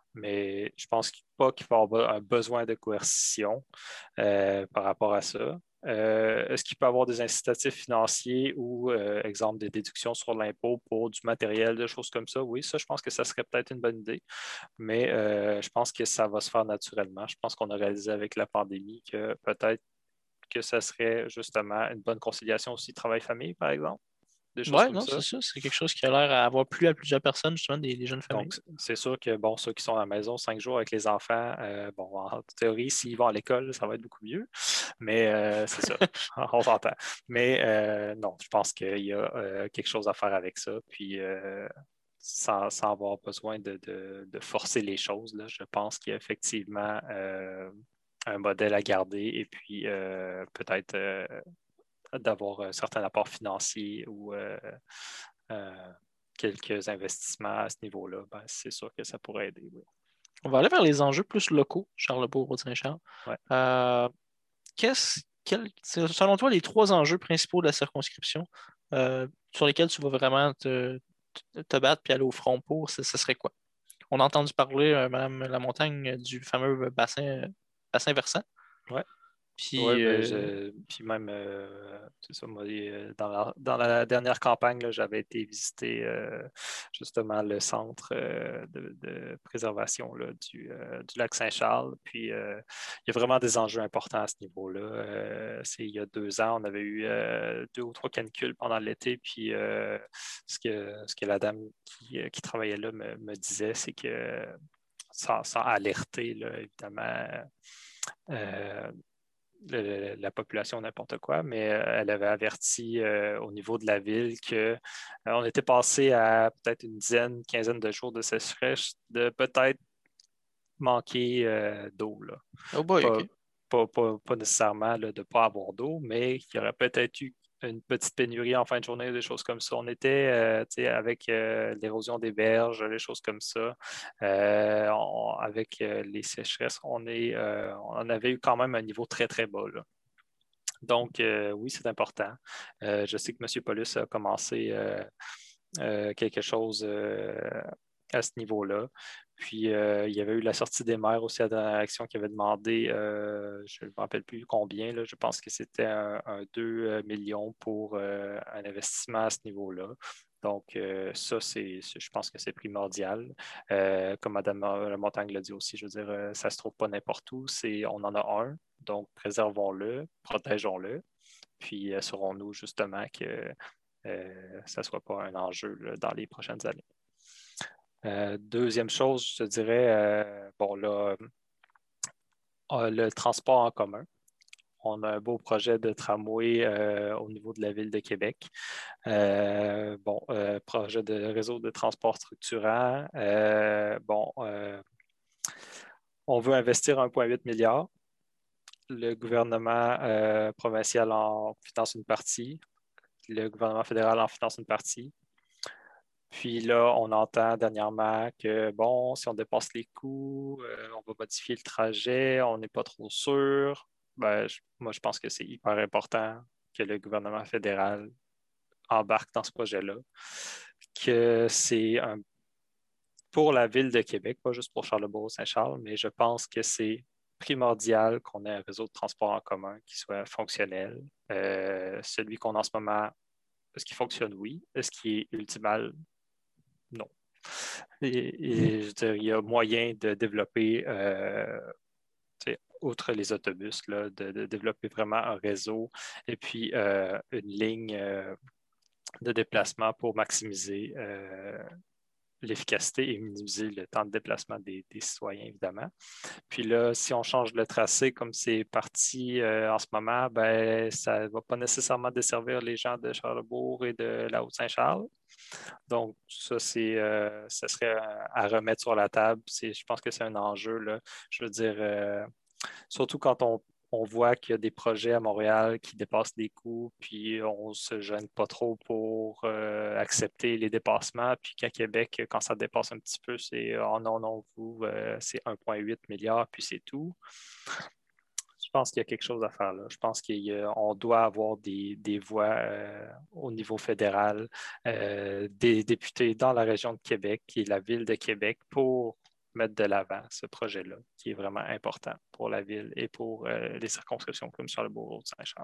Mais je pense pas qu'il va y avoir un besoin de coercition euh, par rapport à ça. Euh, est-ce qu'il peut y avoir des incitatifs financiers ou, euh, exemple, des déductions sur l'impôt pour du matériel, des choses comme ça? Oui, ça, je pense que ça serait peut-être une bonne idée, mais euh, je pense que ça va se faire naturellement. Je pense qu'on a réalisé avec la pandémie que peut-être que ça serait justement une bonne conciliation aussi travail-famille, par exemple, des choses Ouais, comme non, c'est ça. ça. C'est quelque chose qui a l'air à avoir plu à plusieurs personnes, justement, des, des jeunes familles. Donc, c'est sûr que, bon, ceux qui sont à la maison cinq jours avec les enfants, euh, bon, en théorie, s'ils vont à l'école, ça va être beaucoup mieux. Mais euh, c'est ça, on s'entend. Mais euh, non, je pense qu'il y a euh, quelque chose à faire avec ça. Puis, euh, sans, sans avoir besoin de, de- de forcer les choses, là, je pense qu'il y a effectivement euh, un modèle à garder et puis euh, peut-être euh, d'avoir un certain apport financier ou euh, euh, quelques investissements à ce niveau-là, ben, c'est sûr que ça pourrait aider. Oui. On va aller vers les enjeux plus locaux, Charlebourg, Saint-Charles. Ouais. Euh, qu'est-ce, quel- c'est, selon toi, les trois enjeux principaux de la circonscription euh, sur lesquels tu vas vraiment te, te- te battre puis aller au front pour, ce, ce serait quoi? On a entendu parler, euh, Madame Lamontagne, du fameux bassin, bassin versant. Ouais. Oui, Puis, ben euh, je, puis même, euh, c'est ça, moi, euh, dans la, dans la dernière campagne, là, j'avais été visiter euh, justement le centre euh, de, de préservation là, du, euh, du lac Saint-Charles. Puis, euh, il y a vraiment des enjeux importants à ce niveau-là. Euh, c'est, il y a deux ans, on avait eu euh, deux ou trois canicules pendant l'été. Puis, euh, ce que, ce que la dame qui, euh, qui travaillait là me, me disait, c'est que sans, sans alerter, là, évidemment, euh, le- la population, n'importe quoi, mais euh, elle avait averti euh, au niveau de la ville que euh, on était passé à peut-être une dizaine, quinzaine de jours de sécheresse, de peut-être manquer euh, d'eau, là. oh boy, Pas, OK. pas, pas- pas nécessairement là, de ne pas avoir d'eau, mais il y aurait peut-être eu une petite pénurie en fin de journée, des choses comme ça. On était euh, tu sais, avec euh, l'érosion des berges, les choses comme ça. Euh, on- avec euh, les sécheresses, on, est, euh, on avait eu quand même un niveau très, très bas, là. Donc, euh, oui, c'est important. Euh, je sais que M. Paulus a commencé euh, euh, quelque chose euh, à ce niveau-là. Puis, euh, il y avait eu la sortie des maires aussi à la dernière action qui avait demandé, euh, je ne me rappelle plus combien, là, je pense que c'était un, un deux millions pour euh, un investissement à ce niveau-là. Donc, euh, ça, c'est, je pense que c'est primordial. Euh, comme Mme La Montagne l'a dit aussi, je veux dire, euh, ça ne se trouve pas n'importe où. C'est, on en a un, donc préservons-le, protégeons-le, puis assurons-nous justement que euh, ça ne soit pas un enjeu là, dans les prochaines années. Euh, deuxième chose, je te dirais, euh, bon, là, euh, le transport en commun. On a un beau projet de tramway euh, au niveau de la ville de Québec. Euh, bon, euh, projet de réseau de transport structurant. Euh, bon, euh, on veut investir un virgule huit milliard. Le gouvernement euh, provincial en finance une partie. Le gouvernement fédéral en finance une partie. Puis là, on entend dernièrement que, bon, si on dépasse les coûts, euh, on va modifier le trajet, on n'est pas trop sûr. Ben, je- moi, je pense que c'est hyper important que le gouvernement fédéral embarque dans ce projet-là, que c'est un, pour la ville de Québec, pas juste pour Charlebourg-Saint-Charles, mais je pense que c'est primordial qu'on ait un réseau de transport en commun qui soit fonctionnel. Euh, celui qu'on a en ce moment, est-ce qu'il fonctionne? Oui. Est-ce qu'il est ultimal? Non. Et, et je veux dire, il y a moyen de développer, euh, tu sais, outre les autobus, là, de, de développer vraiment un réseau et puis euh, une ligne euh, de déplacement pour maximiser euh, l'efficacité et minimiser le temps de déplacement des, des citoyens, évidemment. Puis là, si on change le tracé comme c'est parti euh, en ce moment, ben, ça ne va pas nécessairement desservir les gens de Charlebourg et de la Haute-Saint-Charles. Donc, ça, c'est, euh, ça serait à remettre sur la table. C'est, je pense que c'est un enjeu, là. Je veux dire, euh, surtout quand on, on voit qu'il y a des projets à Montréal qui dépassent des coûts, puis on ne se gêne pas trop pour euh, accepter les dépassements. Puis qu'à Québec, quand ça dépasse un petit peu, c'est oh non, non, vous, euh, c'est un virgule huit milliard, puis c'est tout. Je pense qu'il y a quelque chose à faire là. Je pense qu'on doit avoir des, des voix euh, au niveau fédéral, euh, des députés dans la région de Québec et la ville de Québec pour mettre de l'avant ce projet-là, qui est vraiment important pour la ville et pour euh, les circonscriptions comme Charlebourg-Saint-Charles.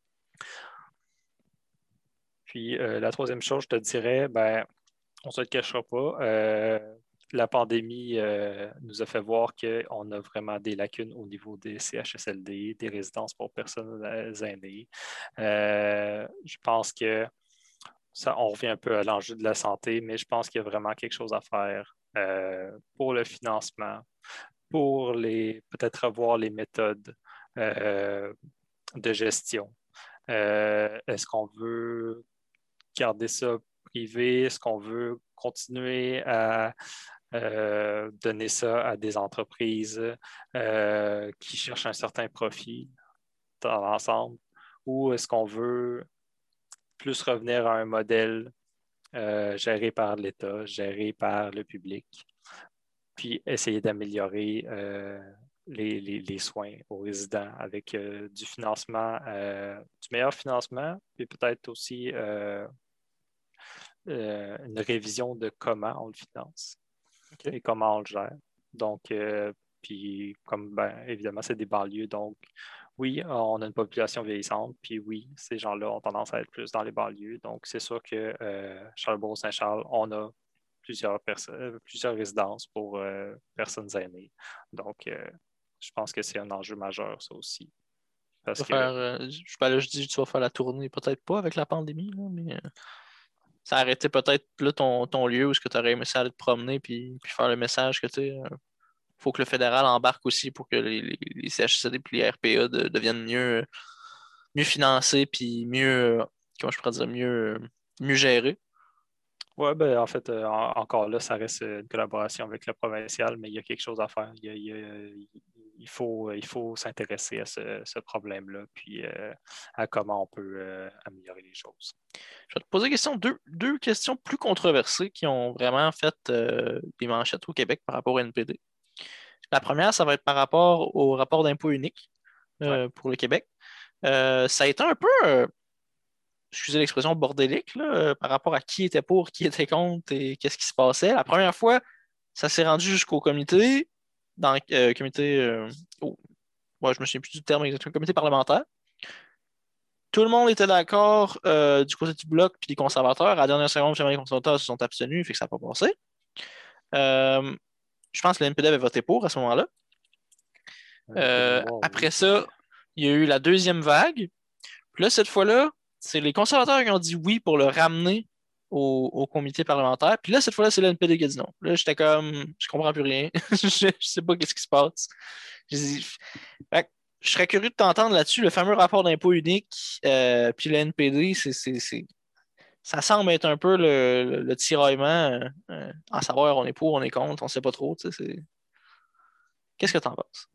Puis euh, la troisième chose, je te dirais, ben, on ne se le cachera pas, euh, la pandémie euh, nous a fait voir qu'on a vraiment des lacunes au niveau des C H S L D, des résidences pour personnes aînées. Euh, je pense que ça, on revient un peu à l'enjeu de la santé, mais je pense qu'il y a vraiment quelque chose à faire euh, pour le financement, pour les peut-être revoir les méthodes euh, de gestion. Euh, est-ce qu'on veut garder ça privé? Est-ce qu'on veut continuer à euh, donner ça à des entreprises euh, qui cherchent un certain profit dans l'ensemble? Ou est-ce qu'on veut plus revenir à un modèle euh, géré par l'État, géré par le public, puis essayer d'améliorer euh, les, les, les, soins aux résidents avec euh, du financement, euh, du meilleur financement, puis peut-être aussi euh, euh, une révision de comment on le finance OK. et comment on le gère. Donc, euh, puis comme ben, évidemment, c'est des banlieues, donc oui, on a une population vieillissante, puis oui, ces gens-là ont tendance à être plus dans les banlieues. Donc, c'est sûr que euh, Charlebourg-Saint-Charles, on a plusieurs, perso- plusieurs résidences pour euh, personnes aînées. Donc, euh, je pense que c'est un enjeu majeur, ça aussi. Tu Parce vas que, faire, euh, je, ben là, je dis tu vas faire la tournée, peut-être pas avec la pandémie, là, mais euh, ça arrêtait peut-être là, ton, ton lieu où tu aurais aimé ça aller te promener puis, puis faire le message que tu sais, euh, faut que le fédéral embarque aussi pour que les, les, les C H C D et les R P A de- deviennent mieux, mieux financés puis mieux, euh, comment je pourrais dire, mieux, euh, mieux gérés. ouais, ben, en fait, euh, en- encore là, ça reste une collaboration avec le provincial, mais il y a quelque chose à faire. Il, y a- il y a- il faut, il faut s'intéresser à ce, ce problème-là, puis euh, à comment on peut euh, améliorer les choses. Je vais te poser question, deux, deux questions plus controversées qui ont vraiment fait euh, des manchettes au Québec par rapport au N P D. La première, ça va être par rapport au rapport d'impôt unique Ouais. euh, pour le Québec. Euh, ça a été un peu, euh, excusez l'expression, bordélique là, euh, par rapport à qui était pour, qui était contre et qu'est-ce qui se passait. La première fois, ça s'est rendu jusqu'au comité, dans euh, comité, euh, oh, ouais, je me souviens plus du terme exactement, comité parlementaire. Tout le monde était d'accord euh, du côté du bloc puis des conservateurs. À la dernière seconde, finalement, les conservateurs se sont abstenus, fait que ça n'a pas passé. Euh, je pense que le N P D avait voté pour à ce moment-là. Euh, de Euh, mémoire, oui. après ça, il y a eu la deuxième vague. Puis là, cette fois-là, c'est les conservateurs qui ont dit oui pour le ramener au, au comité parlementaire. Puis là, cette fois-là, c'est le N P D qui a dit non. Là, j'étais comme, je comprends plus rien. je, je sais pas qu'est-ce qui se passe. J'ai dit, fait que je serais curieux de t'entendre là-dessus. Le fameux rapport d'impôt unique, euh, puis le N P D, c'est, c'est, c'est- ça semble être un peu le, le- le tiraillement, euh, euh, à savoir on est pour, on est contre, on sait pas trop. Tu sais, c'est- Qu'est-ce que t'en penses?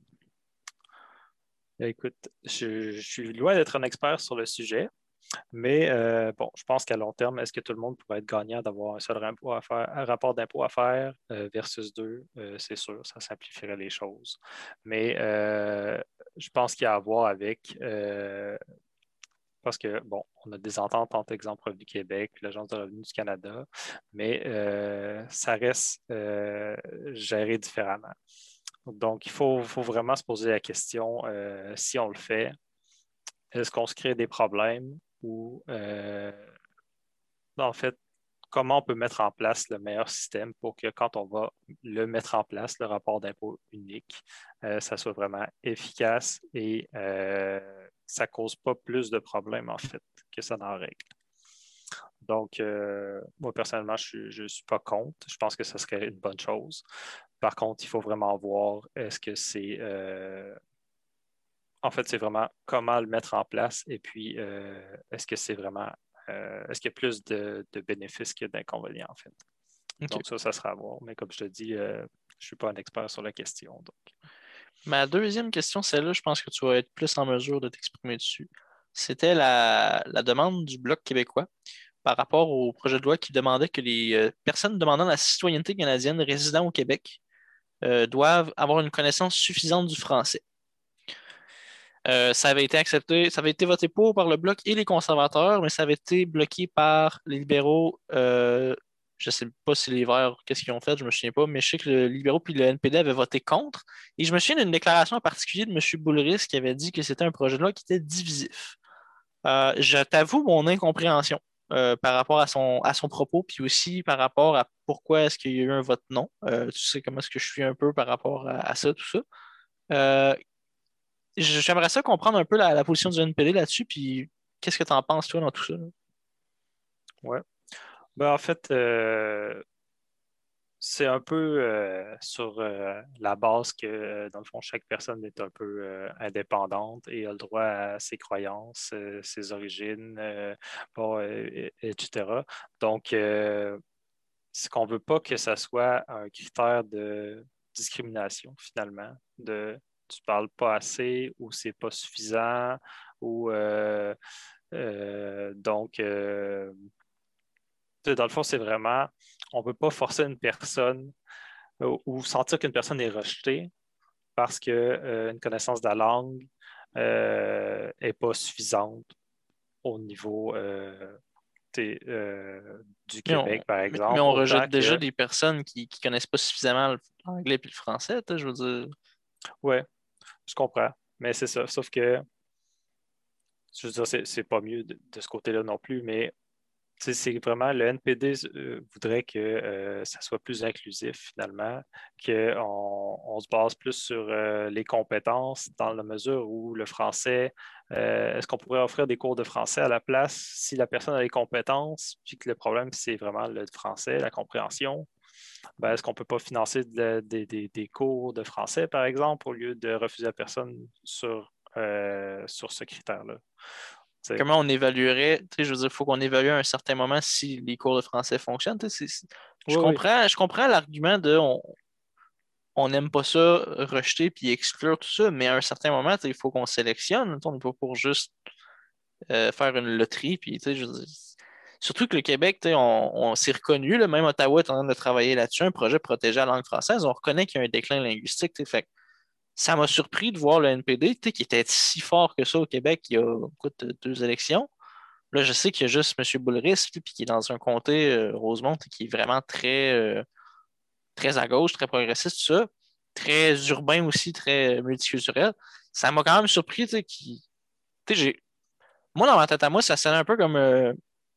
Euh, Écoute, je, je suis loin d'être un expert sur le sujet, mais euh, bon, je pense qu'à long terme, est-ce que tout le monde pourrait être gagnant d'avoir un seul impôt à faire, un rapport d'impôt à faire euh, versus deux? Euh, c'est sûr, ça simplifierait les choses. Mais euh, je pense qu'il y a à voir avec, euh, parce que, bon, on a des ententes entre exemple Revenu Québec, l'Agence de revenus du Canada, mais euh, ça reste euh, géré différemment. Donc, il faut, faut vraiment se poser la question euh, si on le fait, est-ce qu'on se crée des problèmes ou euh, en fait, comment on peut mettre en place le meilleur système pour que quand on va le mettre en place, le rapport d'impôt unique, euh, ça soit vraiment efficace et euh, ça ne cause pas plus de problèmes en fait que ça n'en règle. Donc, euh, moi personnellement, je ne suis pas contre. Je pense que ce serait une bonne chose. Par contre, il faut vraiment voir est-ce que c'est euh, en fait, c'est vraiment comment le mettre en place et puis euh, est-ce que c'est vraiment euh, est-ce qu'il y a plus de, de bénéfices que d'inconvénients en fait. OK. Donc ça, ça sera à voir. Mais comme je te dis, euh, je ne suis pas un expert sur la question. Donc. Ma deuxième question, celle-là, je pense que tu vas être plus en mesure de t'exprimer dessus. C'était la, la demande du Bloc québécois par rapport au projet de loi qui demandait que les euh, personnes demandant la citoyenneté canadienne résidant au Québec euh, doivent avoir une connaissance suffisante du français. Euh, ça avait été accepté, ça avait été voté pour par le Bloc et les conservateurs, mais ça avait été bloqué par les libéraux, euh, Je ne sais pas si les Verts, qu'est-ce qu'ils ont fait, je ne me souviens pas, mais je sais que le libéraux puis le N P D avaient voté contre. Et je me souviens d'une déclaration en particulier de M. Boulris qui avait dit que c'était un projet de loi qui était divisif. Euh, je t'avoue mon incompréhension euh, par rapport à son, à son propos, puis aussi par rapport à pourquoi est-ce qu'il y a eu un vote non. Euh, tu sais comment est-ce que je suis un peu par rapport à, à ça, tout ça. Euh, J'aimerais ça comprendre un peu la, la position du N P D là-dessus, puis qu'est-ce que tu en penses, toi, dans tout ça? Là? Ouais. Ben, en fait, euh, c'est un peu euh, sur euh, la base que, euh, dans le fond, chaque personne est un peu euh, indépendante et a le droit à ses croyances, euh, ses origines, euh, bon, euh, et- etc. Donc, euh, ce qu'on ne veut pas que ça soit un critère de discrimination, finalement, de tu ne parles pas assez ou c'est pas suffisant ou euh, euh, donc euh, dans le fond, c'est vraiment on ne peut pas forcer une personne ou, ou sentir qu'une personne est rejetée parce qu'une euh, connaissance de la langue n'est pas suffisante au niveau euh, t'sais, euh, du Mais on, Québec, par mais, mais exemple, on autant rejette déjà que, des personnes qui ne connaissent pas suffisamment l'anglais et le français, tu sais, je veux dire. ouais, je comprends, mais c'est ça. Sauf que, je veux dire, c'est c'est pas mieux de, de ce côté-là non plus, mais tu sais, c'est vraiment le N P D euh, voudrait que euh, ça soit plus inclusif finalement, qu'on on se base plus sur euh, les compétences dans la mesure où le français, euh, est-ce qu'on pourrait offrir des cours de français à la place si la personne a les compétences, puis que le problème c'est vraiment le français, la compréhension, ben, est-ce qu'on ne peut pas financer de- de- de- des cours de français par exemple au lieu de refuser à la personne sur, euh, sur ce critère-là? Tu sais, Comment on évaluerait, tu sais, je veux dire, il faut qu'on évalue à un certain moment si les cours de français fonctionnent. tu sais, c'est- c'est- Je oui, oui, comprends, je comprends l'argument de on on n'aime pas ça, rejeter puis exclure tout ça, mais à un certain moment, tu sais, il faut qu'on sélectionne. On n'est pas pour juste euh, faire une loterie. Puis, tu sais, je veux dire, surtout que le Québec, tu sais, on, on s'est reconnu, là, même Ottawa est en train de travailler là-dessus, un projet protégé la langue française. On reconnaît qu'il y a un déclin linguistique. tu sais, Fait que ça m'a surpris de voir le N P D, tu sais, qui était si fort que ça au Québec il y a écoute, deux élections. Là, je sais qu'il y a juste M. Boulris, puis qui est dans un comté, euh, Rosemont, qui est vraiment très, euh, très à gauche, très progressiste, tout ça, très urbain aussi, très multiculturel. Ça m'a quand même surpris, tu sais, qui, tu sais, j'ai, moi, dans ma tête à moi, ça sonne un peu comme, euh,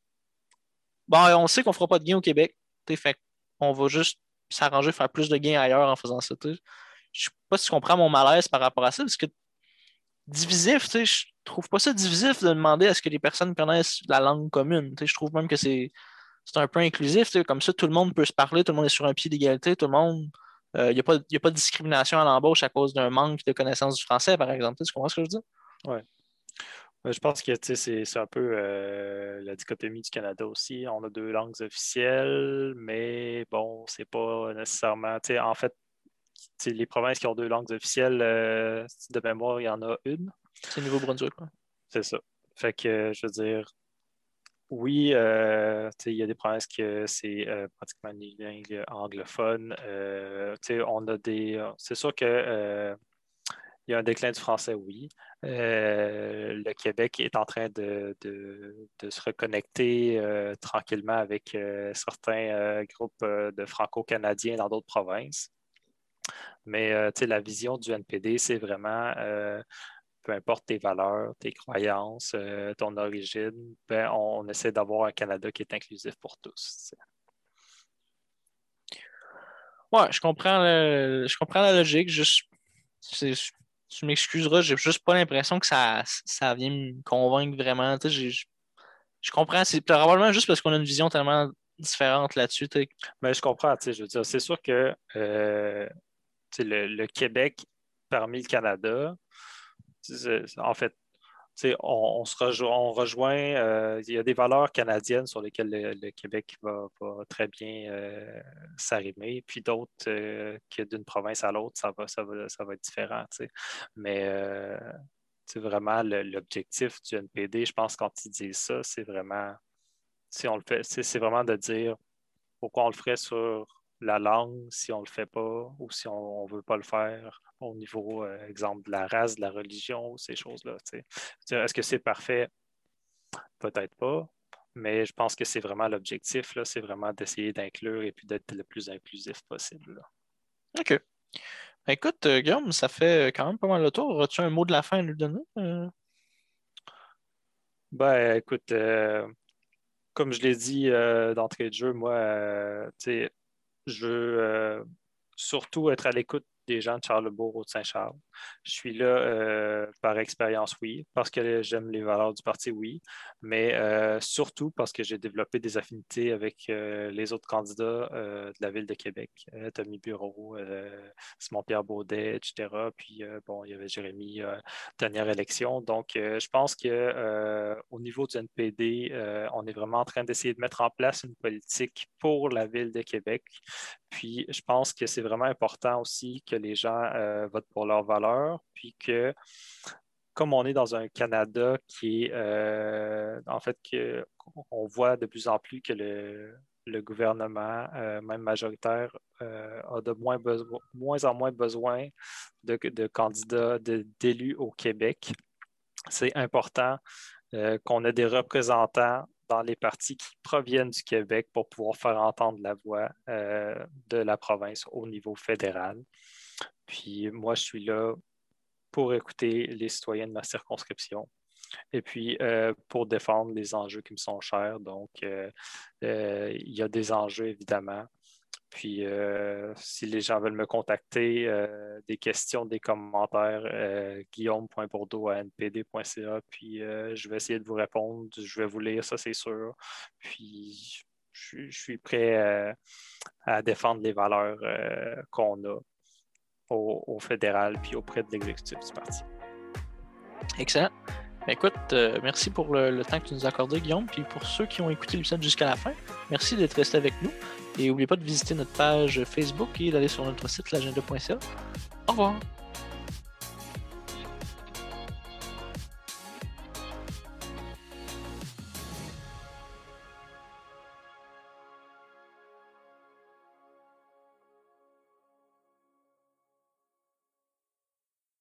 bon, on sait qu'on fera pas de gains au Québec, tu sais, fait on va juste s'arranger, faire plus de gains ailleurs en faisant ça, tu sais. Je sais pas si tu comprends mon malaise par rapport à ça, parce que divisif, tu sais, je trouve pas ça divisif de demander à ce que les personnes connaissent la langue commune, tu sais, je trouve même que c'est c'est un peu inclusif, tu sais, comme ça, tout le monde peut se parler, tout le monde est sur un pied d'égalité, tout le monde. Il n'y a pas, y a pas de discrimination à l'embauche à cause d'un manque de connaissance du français, par exemple. Tu sais, tu comprends ce que je veux dire? ouais. Euh, Je pense que tu sais, c'est c'est un peu euh, la dichotomie du Canada aussi. On a deux langues officielles, mais bon, c'est pas nécessairement. Tu sais, en fait, tu sais, les provinces qui ont deux langues officielles, euh, de mémoire, il y en a une. C'est Nouveau-Brunswick, quoi. C'est ça. Fait que je veux dire, oui, euh, tu sais, il y a des provinces que c'est euh, pratiquement unilingue anglophone. Euh, tu sais, on a des. C'est sûr que euh, il y a un déclin du français, oui. Euh, le Québec est en train de, de- de se reconnecter euh, tranquillement avec euh, certains euh, groupes euh, de franco-canadiens dans d'autres provinces. Mais euh, tu sais, la vision du N P D, c'est vraiment, euh, peu importe tes valeurs, tes croyances, euh, ton origine, ben, on, on essaie d'avoir un Canada qui est inclusif pour tous. Ouais, je comprends, le- je comprends la logique. Juste, c'est- tu m'excuseras, j'ai juste pas l'impression que ça, ça vient me convaincre vraiment. Tu sais, j'ai- je comprends, c'est probablement juste parce qu'on a une vision tellement différente là-dessus. tu sais. Mais je comprends, tu sais, je veux dire, c'est sûr que euh, tu sais, le, le Québec parmi le Canada, c'est- en fait, tu sais, on, on se rejo- on rejoint, euh, il y a des valeurs canadiennes sur lesquelles le, le Québec va, va très bien euh, s'arrimer, puis d'autres euh, que d'une province à l'autre, ça va, ça va, ça va être différent. tu sais. Mais euh, c'est vraiment le- l'objectif du N P D, je pense, quand ils disent ça, c'est vraiment, si on le fait, c'est c'est vraiment de dire pourquoi on le ferait sur la langue si on ne le fait pas ou si on ne veut pas le faire au niveau, euh, exemple, de la race, de la religion, ces choses-là. tu sais. Est-ce que c'est parfait? Peut-être pas. mais je pense que c'est vraiment l'objectif, là, c'est vraiment d'essayer d'inclure et puis d'être le plus inclusif possible. Là. OK. Écoute, euh, Guillaume, ça fait quand même pas mal de tour. As-tu un mot de la fin à nous donner? Euh, Ben, écoute, euh, comme je l'ai dit euh, d'entrée de jeu, moi, euh, tu sais, je veux euh, surtout être à l'écoute des gens de Charlesbourg ou de Saint-Charles. Je suis là euh, par expérience, oui, parce que j'aime les valeurs du parti, oui, mais euh, surtout parce que j'ai développé des affinités avec euh, les autres candidats euh, de la ville de Québec, euh, Tommy Bureau, euh, Simon-Pierre Baudet, et cetera. Puis, euh, bon, il y avait Jérémy, euh, dernière élection. Donc, euh, je pense que euh, au niveau du N P D, euh, on est vraiment en train d'essayer de mettre en place une politique pour la ville de Québec. Puis, je pense que c'est vraiment important aussi que les gens euh, votent pour leurs valeurs, puis que, comme on est dans un Canada qui est, euh, en fait, que, on voit de plus en plus que le, le gouvernement, euh, même majoritaire, euh, a de moins, beso- moins en moins besoin de, de candidats, de- d'élus au Québec. C'est important euh, qu'on ait des représentants dans les partis qui proviennent du Québec pour pouvoir faire entendre la voix euh, de la province au niveau fédéral. Puis moi, je suis là pour écouter les citoyens de ma circonscription et puis euh, pour défendre les enjeux qui me sont chers. Donc, euh, euh, il y a des enjeux, évidemment. Puis, euh, si les gens veulent me contacter, euh, des questions, des commentaires, euh, guillaume point bourdeau à n p d point c a, puis euh, je vais essayer de vous répondre. Je vais vous lire, ça, c'est sûr. Puis, je, je suis prêt euh, à défendre les valeurs euh, qu'on a au, au fédéral puis auprès de l'exécutif du parti. Excellent. Ben, écoute, euh, merci pour le, le temps que tu nous as accordé, Guillaume. Puis pour ceux qui ont écouté l'épisode jusqu'à la fin, merci d'être resté avec nous. Et n'oubliez pas de visiter notre page Facebook et d'aller sur notre site l'agenda point c a. Au revoir.